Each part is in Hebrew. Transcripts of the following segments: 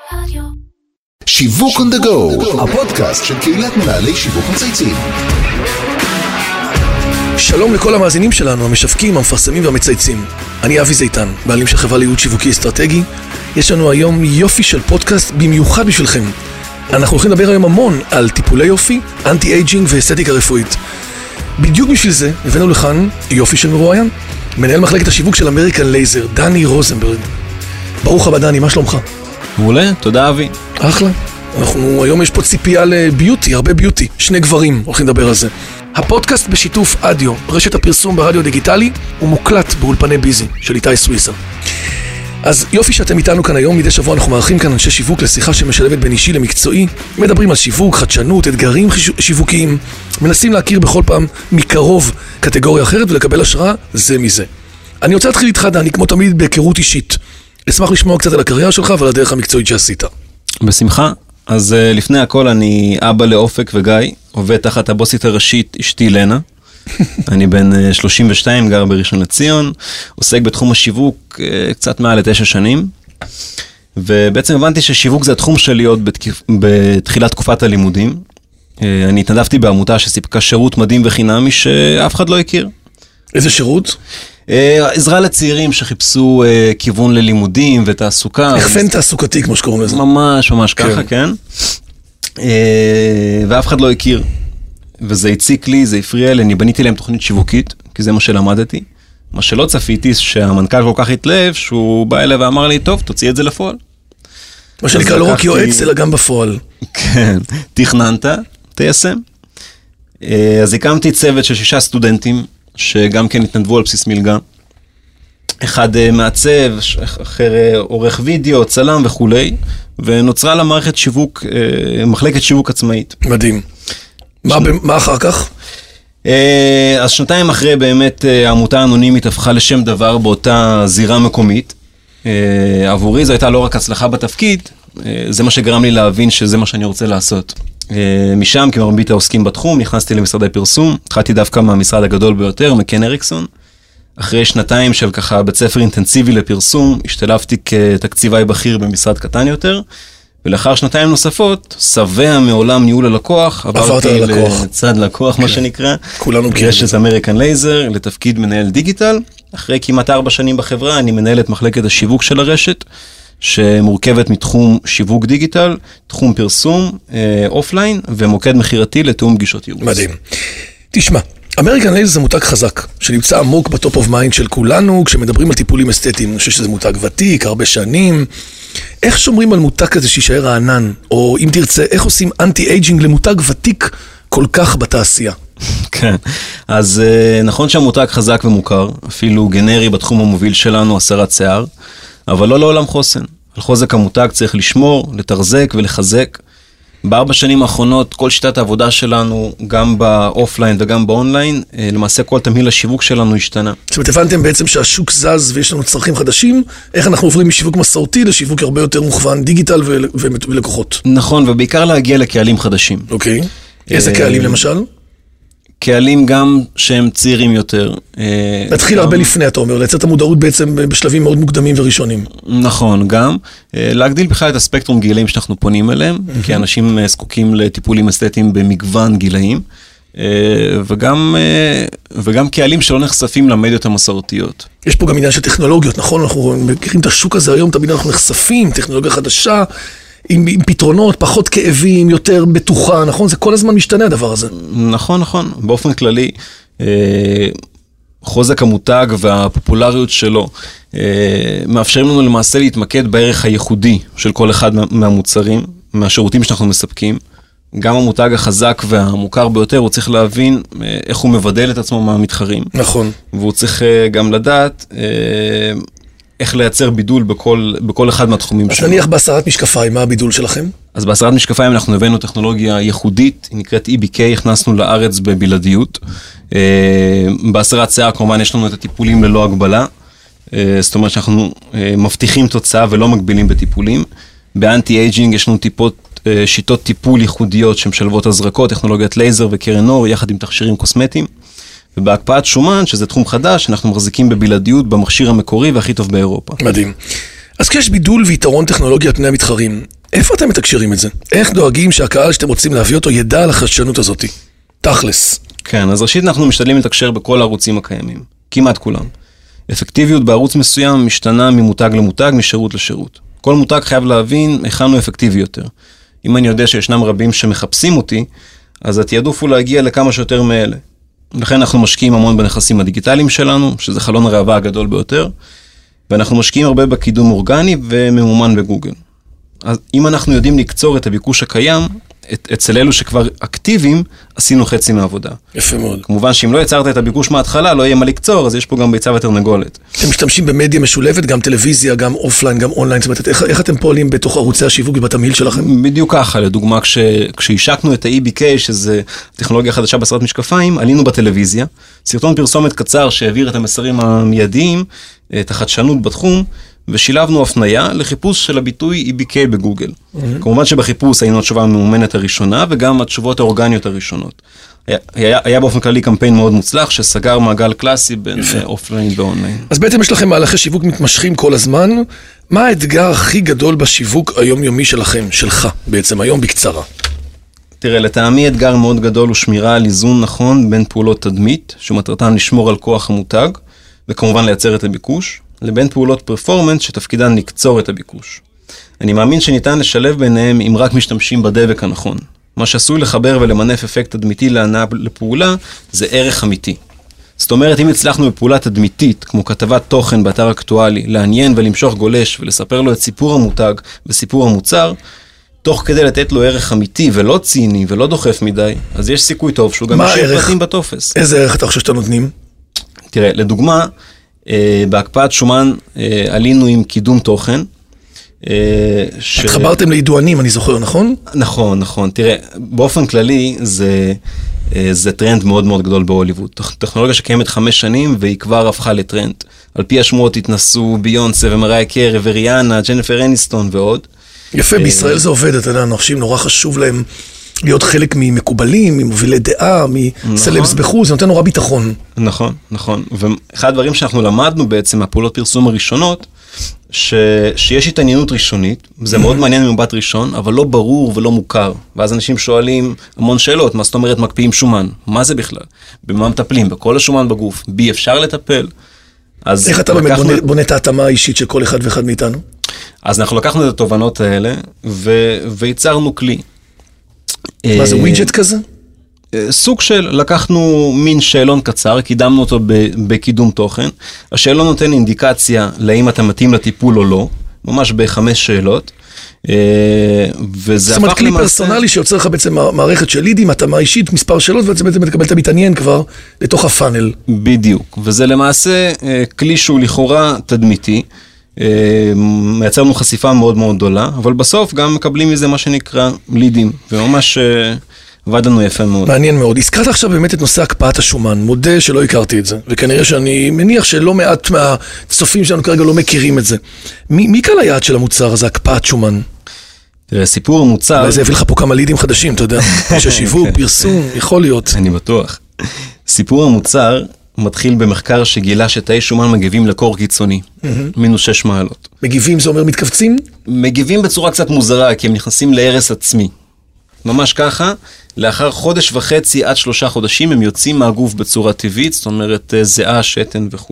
שיווק on the go, הפודקאסט של קהילת מנהלי שיווק מצייצים. שלום לכל המאזינים שלנו, המשווקים, המפרסמים והמצייצים. אני אבי זיתן, בעלים של חברה לייעוץ שיווקי אסטרטגי. יש לנו היום יופי של פודקאסט במיוחד בשבילכם. אנחנו הולכים לדבר היום המון על טיפולי יופי, אנטי-אייג'ינג ואסתטיקה רפואית. בדיוק בשביל זה הבאנו לכאן יופי של מרואיין, מנהל מחלקת השיווק של אמריקן לייזר, דני רוזנברג. ברוך הבא דני, מה שלומך? מעולה, תודה אבי. אחלה. היום יש פה ציפייה לביוטי, הרבה ביוטי. שני גברים הולכים לדבר על זה. הפודקאסט בשיתוף אדיו, רשת הפרסום ברדיו דיגיטלי, הוא מוקלט באולפני ביזי של איתי סוויסה. אז יופי שאתם איתנו כאן היום, מדי שבוע אנחנו מארחים כאן אנשי שיווק לשיחה שמשלבת בין אישי למקצועי, מדברים על שיווק, חדשנות, אתגרים שיווקיים, מנסים להכיר בכל פעם מקרוב קטגוריה אחרת ולקבל השראה זה מזה. אני רוצה להתחיל איתך דני, כמו תמיד בהיכרות אישית. אשמח לשמוע קצת על הקריירה שלך ועל הדרך המקצועית שעשית. בשמחה. אז לפני הכל אני אבא לאופק וגיא, עובד תחת הבוסית הראשית אשתי לנה. אני בן 32, גר בראשון לציון, עוסק בתחום השיווק קצת מעל 9 שנים, ובעצם הבנתי ששיווק זה התחום שלי עוד בתחילת תקופת הלימודים. אני התנדבתי בעמותה שסיפקה שירות מדהים וחינמי שאף אחד לא הכיר. איזה שירות? עזרה לצעירים שחיפשו כיוון ללימודים ותעסוקה. הכוון תעסוקתי כמו שקוראים לזה. ממש ככה, כן. ואף אחד לא הכיר. וזה הציק לי, זה הפריע לי, אני בניתי להם תוכנית שיווקית, כי זה מה שלמדתי. מה שלא צפיתי, שהמנכ"ל כל כך התלהב, שהוא בא אליי ואמר לי, טוב, תוציא את זה לפועל. מה שנקרא לא רק יועץ, אלא גם בפועל. כן, תכננת, תיישם. אז הקמתי צוות של 6 סטודנטים, שגם כן התנדבו על בסיס מלגה. אחד מעצב, אחר עורך וידאו, צלם וכולי, ונוצרה לה מערכת שיווק, מחלקת שיווק עצמאית. מדהים. מה אחר כך? אז 2 אחרי באמת העמותה האנונימית הפכה לשם דבר באותה זירה מקומית. עבורי זו הייתה לא רק הצלחה בתפקיד, זה מה שגרם לי להבין שזה מה שאני רוצה לעשות. משם, כמרבית העוסקים בתחום, נכנסתי למשרדי פרסום, התחלתי דווקא מהמשרד הגדול ביותר, מקן אריקסון. אחרי 2 של ככה בית ספר אינטנסיבי לפרסום, השתלבתי כתקציבי בכיר במשרד קטן יותר, ולאחר 2 נוספות, שבע מעולם ניהול הלקוח, עברתי לצד לקוח, מה שנקרא, רשת אמריקן לייזר, לתפקיד מנהל דיגיטל. אחרי כמעט 4 שנים בחברה, אני מנהל את מחלקת השיווק של הרשת, שמורכבת מתחום שיווק דיגיטל, תחום פרסום, אופליין, ומוקד מחירתי לתאום פגישות ייעוץ. מדהים. תשמע, אמריקן לייזר זה מותג חזק, שנמצא עמוק בטופ אוף מיינד של כולנו, כשמדברים על טיפולים אסתטיים. אני חושב שזה מותג ותיק, הרבה שנים. איך שומרים על מותג כזה שישאר הענן? או אם תרצה, איך עושים אנטי-אייג'ינג למותג ותיק כל כך בתעשייה? כן, אז נכון שהמותג חזק ומוכר, אפילו גנרי בתחום המוביל שלנו, הסרת שיער, אבל לא לעולם חוסן. על חוזק המותג צריך לשמור, לתרזק ולחזק. ב4 שנים האחרונות, כל שיטת העבודה שלנו, גם באופליין וגם באונליין, למעשה כל תמהיל השיווק שלנו השתנה. זאת אומרת, הבנתם בעצם שהשוק זז ויש לנו צרכים חדשים, איך אנחנו עוברים משיווק מסורתי לשיווק הרבה יותר מוכוון דיגיטל ולקוחות. נכון, ובעיקר להגיע לקהלים חדשים. אוקיי. איזה קהלים למשל? קהלים גם שהם צעירים יותר. נתחיל הרבה לפני, אתה אומר, לייצר את המודעות בעצם בשלבים מאוד מוקדמים וראשונים. נכון, גם. להגדיל בכלל את הספקטרום גילאים שאנחנו פונים אליהם, כי אנשים זקוקים לטיפולים אסתטיים במגוון גילאים, וגם קהלים שלא נחשפים למדיות המסורתיות. יש פה גם עניין של טכנולוגיות, נכון? אנחנו מכירים את השוק הזה היום, תמיד אנחנו נחשפים, טכנולוגיה חדשה, עם פתרונות, פחות כאבים, יותר בטוחה, נכון? זה כל הזמן משתנה הדבר הזה. נכון. באופן כללי, חוזק המותג והפופולריות שלו, מאפשרים לנו למעשה להתמקד בערך הייחודי של כל אחד מהמוצרים, מהשירותים שאנחנו מספקים. גם המותג החזק והמוכר ביותר, הוא צריך להבין איך הוא מבדל את עצמו מהמתחרים. נכון. והוא צריך גם לדעת איך לייצר בידול בכל אחד מהתחומים שלנו. אז נניח בהסרת משקפיים, מה הבידול שלכם? אז בהסרת משקפיים אנחנו הבאנו טכנולוגיה ייחודית, היא נקראת EBK, הכנסנו לארץ בבלעדיות. בהסרת שיער כמובן יש לנו את הטיפולים ללא הגבלה, זאת אומרת שאנחנו מבטיחים תוצאה ולא מגבילים בטיפולים. באנטי-אייג'ינג יש לנו שיטות טיפול ייחודיות שמשלבות הזרקות, טכנולוגיית לייזר וקרן אור, יחד עם תכשירים קוסמטיים. ובהקפאת שומן, שזה תחום חדש, אנחנו מחזיקים בבלעדיות במכשיר המקורי והכי טוב באירופה. מדהים. אז כשיש בידול ויתרון טכנולוגיה על פני המתחרים, איפה אתם מתקשרים את זה? איך דואגים שהקהל שאתם רוצים להביא אותו ידע על החדשנות הזאת? תכלס. כן, אז ראשית אנחנו משתדלים לתקשר בכל הערוצים הקיימים. כמעט כולם. אפקטיביות בערוץ מסוים משתנה ממותג למותג, משירות לשירות. כל מותג חייב להבין היכן הוא אפקטיבי יותר. אם אני יודע שישנם רבים שמחפשים אותי, אז התיעדוף הוא להגיע לכמה שיותר מאלה. לכן אנחנו משקיעים המון בנכסים הדיגיטליים שלנו, שזה חלון הראווה הגדול ביותר, ואנחנו משקיעים הרבה בקידום אורגני וממומן בגוגל. אז אם אנחנו יודעים לקצור את הביקוש הקיים, אצל אלו שכבר אקטיביים, עשינו חצי מהעבודה. יפה מאוד. כמובן שאם לא יצרת את הביקוש מההתחלה, לא יהיה מה לקצור, אז יש פה גם ביצה ותרנגולת. אתם משתמשים במדיה משולבת, גם טלוויזיה, גם אופליין, גם אונליין, זאת אומרת, איך אתם פועלים בתוך ערוצי השיווק בתמהיל שלכם? בדיוק ככה, לדוגמה, כשהשקנו את ה-EBK, שזה טכנולוגיה חדשה בסרט משקפיים, עלינו בטלוויזיה, סרטון פרסומת קצר שהעביר את המסרים המיידיים, את החדשנות בתחום, ושילבנו הפניה לחיפוש של הביטוי EBK בגוגל. כמובן שבחיפוש היינו התשובה המאומנת הראשונה, וגם התשובות האורגניות הראשונות. היה באופן כללי קמפיין מאוד מוצלח, שסגר מעגל קלאסי בין אופליין ואונליין. אז בעצם יש לכם מהלכי שיווק מתמשכים כל הזמן. מה האתגר הכי גדול בשיווק היומיומי שלכם, שלך בעצם, היום בקצרה? תראה, לטעמי אתגר מאוד גדול הוא שמירה על איזון נכון בין פעולות תדמית, שמטרתן לשמור על כוח המותג, וכמובן לייצר את הביקוש, לבין פעולות פרפורמנס שתפקידן לקצור את הביקוש. אני מאמין שניתן לשלב ביניהם אם רק משתמשים בדבק הנכון. מה שעשוי לחבר ולמנף אפקט תדמיתי להנאה לפעולה, זה ערך אמיתי. זאת אומרת, אם הצלחנו בפעולה תדמיתית, כמו כתבת תוכן באתר אקטואלי, לעניין ולמשוך גולש ולספר לו את סיפור המותג וסיפור המוצר, תוך כדי לתת לו ערך אמיתי ולא ציני ולא דוחף מדי, אז יש סיכוי טוב שהוא גם ישאיר פרטים בטופס. איזה ערך אתה חושב שאתם נותנים? תראה, לדוגמה, בהקפאת שומן עלינו עם קידום תוכן. התחברתם לידוענים, אני זוכר, נכון? נכון, נכון. תראה, באופן כללי זה טרנד מאוד מאוד גדול בהוליווד. טכנולוגיה שקיימת 5 שנים והיא כבר הפכה לטרנד. על פי השמועות התנסו ביונסה ומרייה קרי וריאנה, ג'ניפר אניסטון ועוד. יפה, בישראל זה עובד, אתה יודע, אנשים נורא חשוב להם להיות חלק ממקובלים, ממובילי דעה, מסלבס בחוץ, זה נותן נורא ביטחון. נכון, נכון. ואחד הדברים שאנחנו למדנו בעצם מהפעולות פרסום הראשונות, שיש התעניינות ראשונית, זה מאוד מעניין ממבט ראשון, אבל לא ברור ולא מוכר. ואז אנשים שואלים המון שאלות, מה זאת אומרת מקפיאים שומן? מה זה בכלל? במה מטפלים? בכל השומן בגוף? בי אפשר לטפל? איך אתה באמת בונה את ההתאמה האישית של כל אחד ואחד מאיתנו? אז אנחנו לקחנו את התובנות האלה, וייצרנו כלי. מה זה, ווידג'ט כזה? סוג של, לקחנו מין שאלון קצר, קידמנו אותו בקידום תוכן. השאלון נותן אינדיקציה לאם אתה מתאים לטיפול או לא, ממש ב5 שאלות. זאת אומרת, כלי פרסונלי שיוצר לך בעצם מערכת של לידים, התאמה אישית, מספר שאלות, ובעצם אתה מקבל את המתעניין כבר לתוך הפאנל. בדיוק, וזה למעשה כלי שהוא לכאורה תדמיתי, מייצר לנו חשיפה מאוד מאוד גדולה, אבל בסוף גם מקבלים מזה מה שנקרא לידים, וממש עבד לנו יפה מאוד. מעניין מאוד. הזכרת עכשיו באמת את נושא הקפאת השומן, מודה שלא הכרתי את זה, וכנראה שאני מניח שלא מעט מהצופים שלנו כרגע לא מכירים את זה. מי קהל היעד של המוצר הזה, הקפאת שומן? תראה, סיפור המוצר... אולי זה הביא לך פה כמה לידים חדשים, אתה יודע, ששיווק, פרסום, יכול להיות. אני בטוח. סיפור המוצר מתחיל במחקר שגילה שתאי שומן מגיבים לקור קיצוני, מינוס 6 מעלות. מגיבים זה אומר מתכווצים? מגיבים בצורה קצת מוזרה, כי הם נכנסים להרס עצמי. ממש ככה, לאחר 1.5 חודשים עד 3 חודשים הם יוצאים מהגוף בצורה טבעית, זאת אומרת זיעה, שתן וכו'.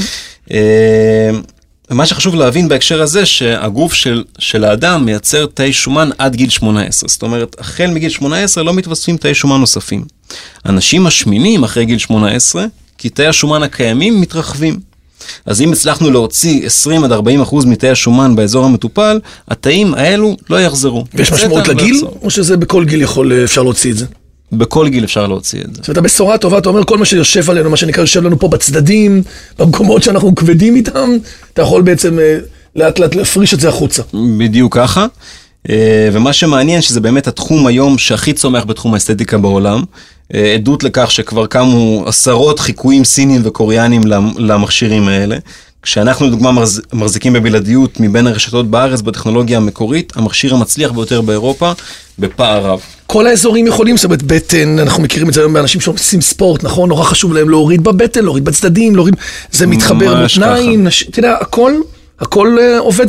ומה שחשוב להבין בהקשר הזה, שהגוף של האדם מייצר תאי שומן עד גיל 18. זאת אומרת, החל מגיל 18 לא מתווספים תאי שומן נוספים. אנשים משמינים אחרי גיל 18, כי תאי השומן הקיימים מתרחבים. אז אם הצלחנו להוציא 20-40% מתאי השומן באזור המטופל, התאים האלו לא יחזרו. ויש משמעות לגיל, או שזה בכל גיל אפשר להוציא את זה? בכל גיל אפשר להוציא את זה. זאת אומרת, הבשורה טובה, אתה אומר, כל מה שיושב עלינו, מה שנקרא, יושב לנו פה בצדדים, במקומות שאנחנו כבדים איתם, אתה יכול בעצם לאט לאט להפריש את זה החוצה. בדיוק ככה. ומה שמעניין שזה באמת התחום היום שהכי צומח בתחום האסתטיקה בעולם, עדות לכך שכבר קמו 10 חיקויים סיניים וקוריאנים למכשירים האלה. כשאנחנו לדוגמה מחזיקים בבלעדיות מבין הרשתות בארץ בטכנולוגיה המקורית, המכשיר המצליח ביותר באירופה בפער רב. כל האזורים יכולים, זאת אומרת בטן, אנחנו מכירים את זה היום באנשים שעושים ספורט, נכון? נורא חשוב להם להוריד בבטן, להוריד בצדדים, להוריד, זה מתחבר מותניים, אתה יודע, הכל עובד פה.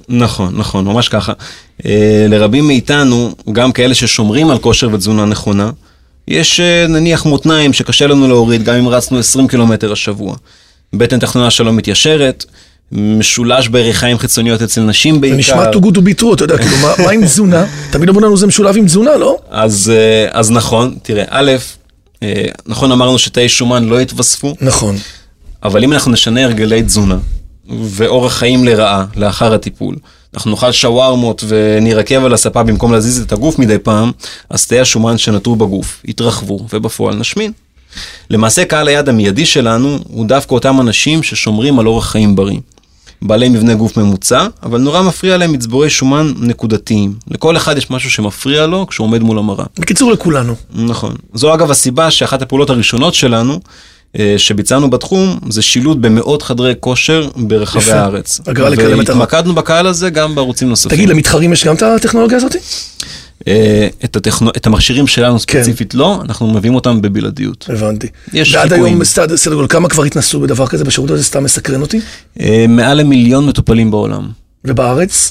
נכון, נכון, ממש ככה. לרבים מאיתנו, גם כאלה ששומרים על כושר ותזונה נכונה, יש נניח מותניים שקשה לנו להוריד, גם אם רצנו 20 קילומטר השבוע. בטן תחתונה שלא מתיישרת, משולש בעריכיים חיצוניות אצל נשים בעיקר. זה נשמע too good to be true, אתה יודע, כאילו, מה עם תזונה? תמיד אמרו לנו זה משולב עם תזונה, לא? אז נכון, תראה, א', נכון אמרנו שתאי שומן לא יתווספו. נכון. אבל אם אנחנו נשנה הרגלי תזונה, ואורח חיים לרעה לאחר הטיפול, אנחנו נאכל שווארמות ונרקב על הספה במקום להזיז את הגוף מדי פעם, אז תאי השומן שנטרו בגוף יתרחבו ובפועל נשמין. למעשה קהל היעד המיידי שלנו הוא דווקא אותם אנשים ששומרים על אורח חיים בריא. בעלי מבנה גוף ממוצע, אבל נורא מפריע להם מצבורי שומן נקודתיים. לכל אחד יש משהו שמפריע לו כשהוא עומד מול המראה. בקיצור לכולנו. נכון. זו אגב הסיבה שאחת הפעולות הראשונות שלנו, שביצענו בתחום, זה שילוט במאות חדרי כושר ברחבי הארץ. והתמקדנו בקהל הזה גם בערוצים נוספים. תגיד, למתחרים יש גם את הטכנולוגיה הזאת? את המכשירים שלנו ספציפית לא, אנחנו מביאים אותם בבלעדיות. הבנתי. ועד היום, סדר גודל, כמה כבר התנסו בדבר כזה בשירות הזה, סתם מסקרן אותי? מעל 1,000,000 מטופלים בעולם. ובארץ?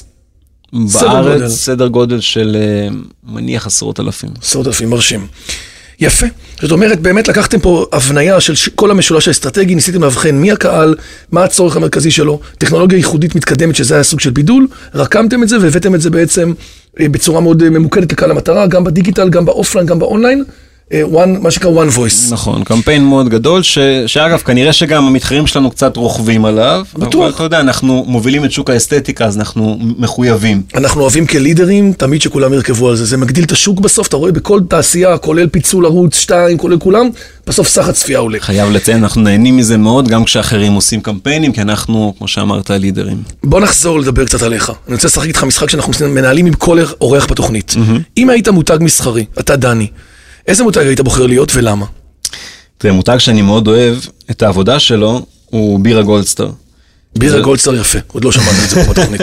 בארץ סדר גודל של מניח 10,000. 10,000, מרשים. יפה. זאת אומרת, באמת לקחתם פה הבניה של כל המשולש האסטרטגי, ניסיתם להבחן מי הקהל, מה הצורך המרכזי שלו, טכנולוגיה ייחודית מתקדמת, שזה היה סוג של בידול, רקמתם את זה והבאתם את זה בעצם בצורה מאוד ממוקדת לקהל המטרה, גם בדיגיטל, גם באופליין, גם באונליין, מה שנקרא one voice. נכון, קמפיין מאוד גדול, שאגב, כנראה שגם המתחרים שלנו קצת רוכבים עליו. בטוח. אבל אתה יודע, אנחנו מובילים את שוק האסתטיקה, אז אנחנו מחויבים. אנחנו אוהבים כלידרים, תמיד שכולם ירכבו על זה. זה מגדיל את השוק בסוף, אתה רואה בכל תעשייה, כולל פיצול ערוץ 2, כולל כולם, בסוף סך הצפייה עולה. חייב לציין, אנחנו נהנים מזה מאוד, גם כשאחרים עושים קמפיינים, כי אנחנו, כמו שאמרת, לידרים. בוא נחזור לדבר קצת עליך. אני רוצה לשחק איתך משחק שאנחנו מנהלים עם כל אורח בתוכנית. אם היית מותג מסחרי, אתה דני, איזה מותג היית בוחר להיות ולמה? תראה, מותג שאני מאוד אוהב את העבודה שלו, הוא בירה גולדסטאר. בירה גולדסטאר יפה, עוד לא שמענו את זה פה בתוכנית.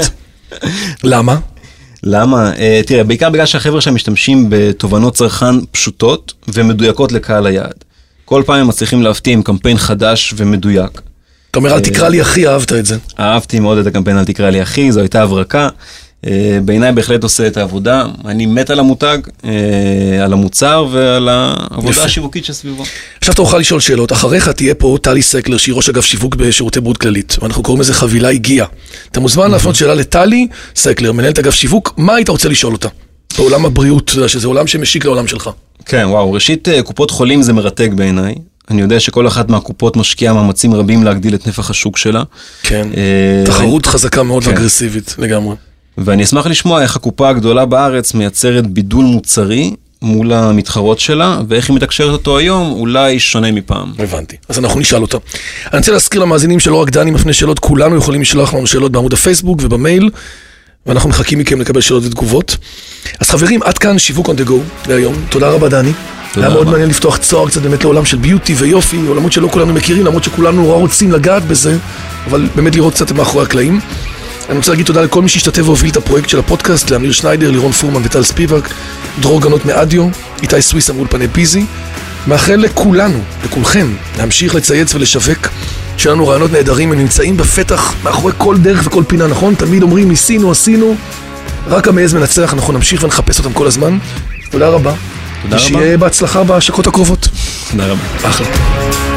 למה? למה? תראה, בעיקר בגלל שהחבר'ה שם משתמשים בתובנות צרכן פשוטות ומדויקות לקהל היעד. כל פעם הם מצליחים להפתיע עם קמפיין חדש ומדויק. אתה אומר, אל תקרא לי אחי, אהבת את זה. אהבתי מאוד את הקמפיין, אל תקרא לי אחי, זו הייתה הברקה. בעיניי בהחלט עושה את העבודה, אני מת על המותג, על המוצר ועל העבודה השיווקית שסביבו. עכשיו אתה אוכל לשאול שאלות, אחריך תהיה פה טלי סקלר, שהיא ראש אגף שיווק בשירותי בריאות כללית, ואנחנו קוראים לזה חבילה הגיעה. אתה מוזמן להפנות שאלה לטלי סקלר, מנהלת אגף שיווק, מה היית רוצה לשאול אותה? בעולם הבריאות, שזה עולם שמשיק לעולם שלך. כן, וואו, ראשית קופות חולים זה מרתק בעיניי, אני יודע שכל אחת מהקופות משקיעה מאמצים רבים להגדיל את נפח השוק שלה. כן, תחרות חזקה מאוד ואגרסיבית לגמרי. ואני אשמח לשמוע איך הקופה הגדולה בארץ מייצרת בידול מוצרי מול המתחרות שלה, ואיך היא מתקשרת אותו היום, אולי שונה מפעם. הבנתי. אז אנחנו נשאל אותה. אני רוצה להזכיר למאזינים שלא רק דני מפנה שאלות, כולנו יכולים לשלוח לנו שאלות בעמוד הפייסבוק ובמייל, ואנחנו מחכים מכם לקבל שאלות ותגובות. אז חברים, עד כאן שיווק on the go להיום. תודה רבה דני. היה מאוד מעניין לפתוח צוהר קצת באמת לעולם של ביוטי ויופי, עולמות שלא כולנו מכירים, למרות שכולנו נורא רוצים לגעת בזה, אבל באמת לראות קצת מאחורי הקלעים. אני רוצה להגיד תודה לכל מי שהשתתף והוביל את הפרויקט של הפודקאסט, לאמיר שניידר, לירון פורמן וטל ספיבק, דרור גנות מאדיו, איתי סוויסה מאולפני ביזי. מאחל לכולנו, לכולכם, להמשיך לצייץ ולשווק. שלנו רעיונות נהדרים, הם נמצאים בפתח מאחורי כל דרך וכל פינה, נכון? תמיד אומרים, ניסינו, עשינו, רק המעז מנצח, אנחנו נמשיך ונחפש אותם כל הזמן. תודה רבה. תודה רבה. ושיהיה בהצלחה בהשקות הקרובות. תודה רבה. אחלה.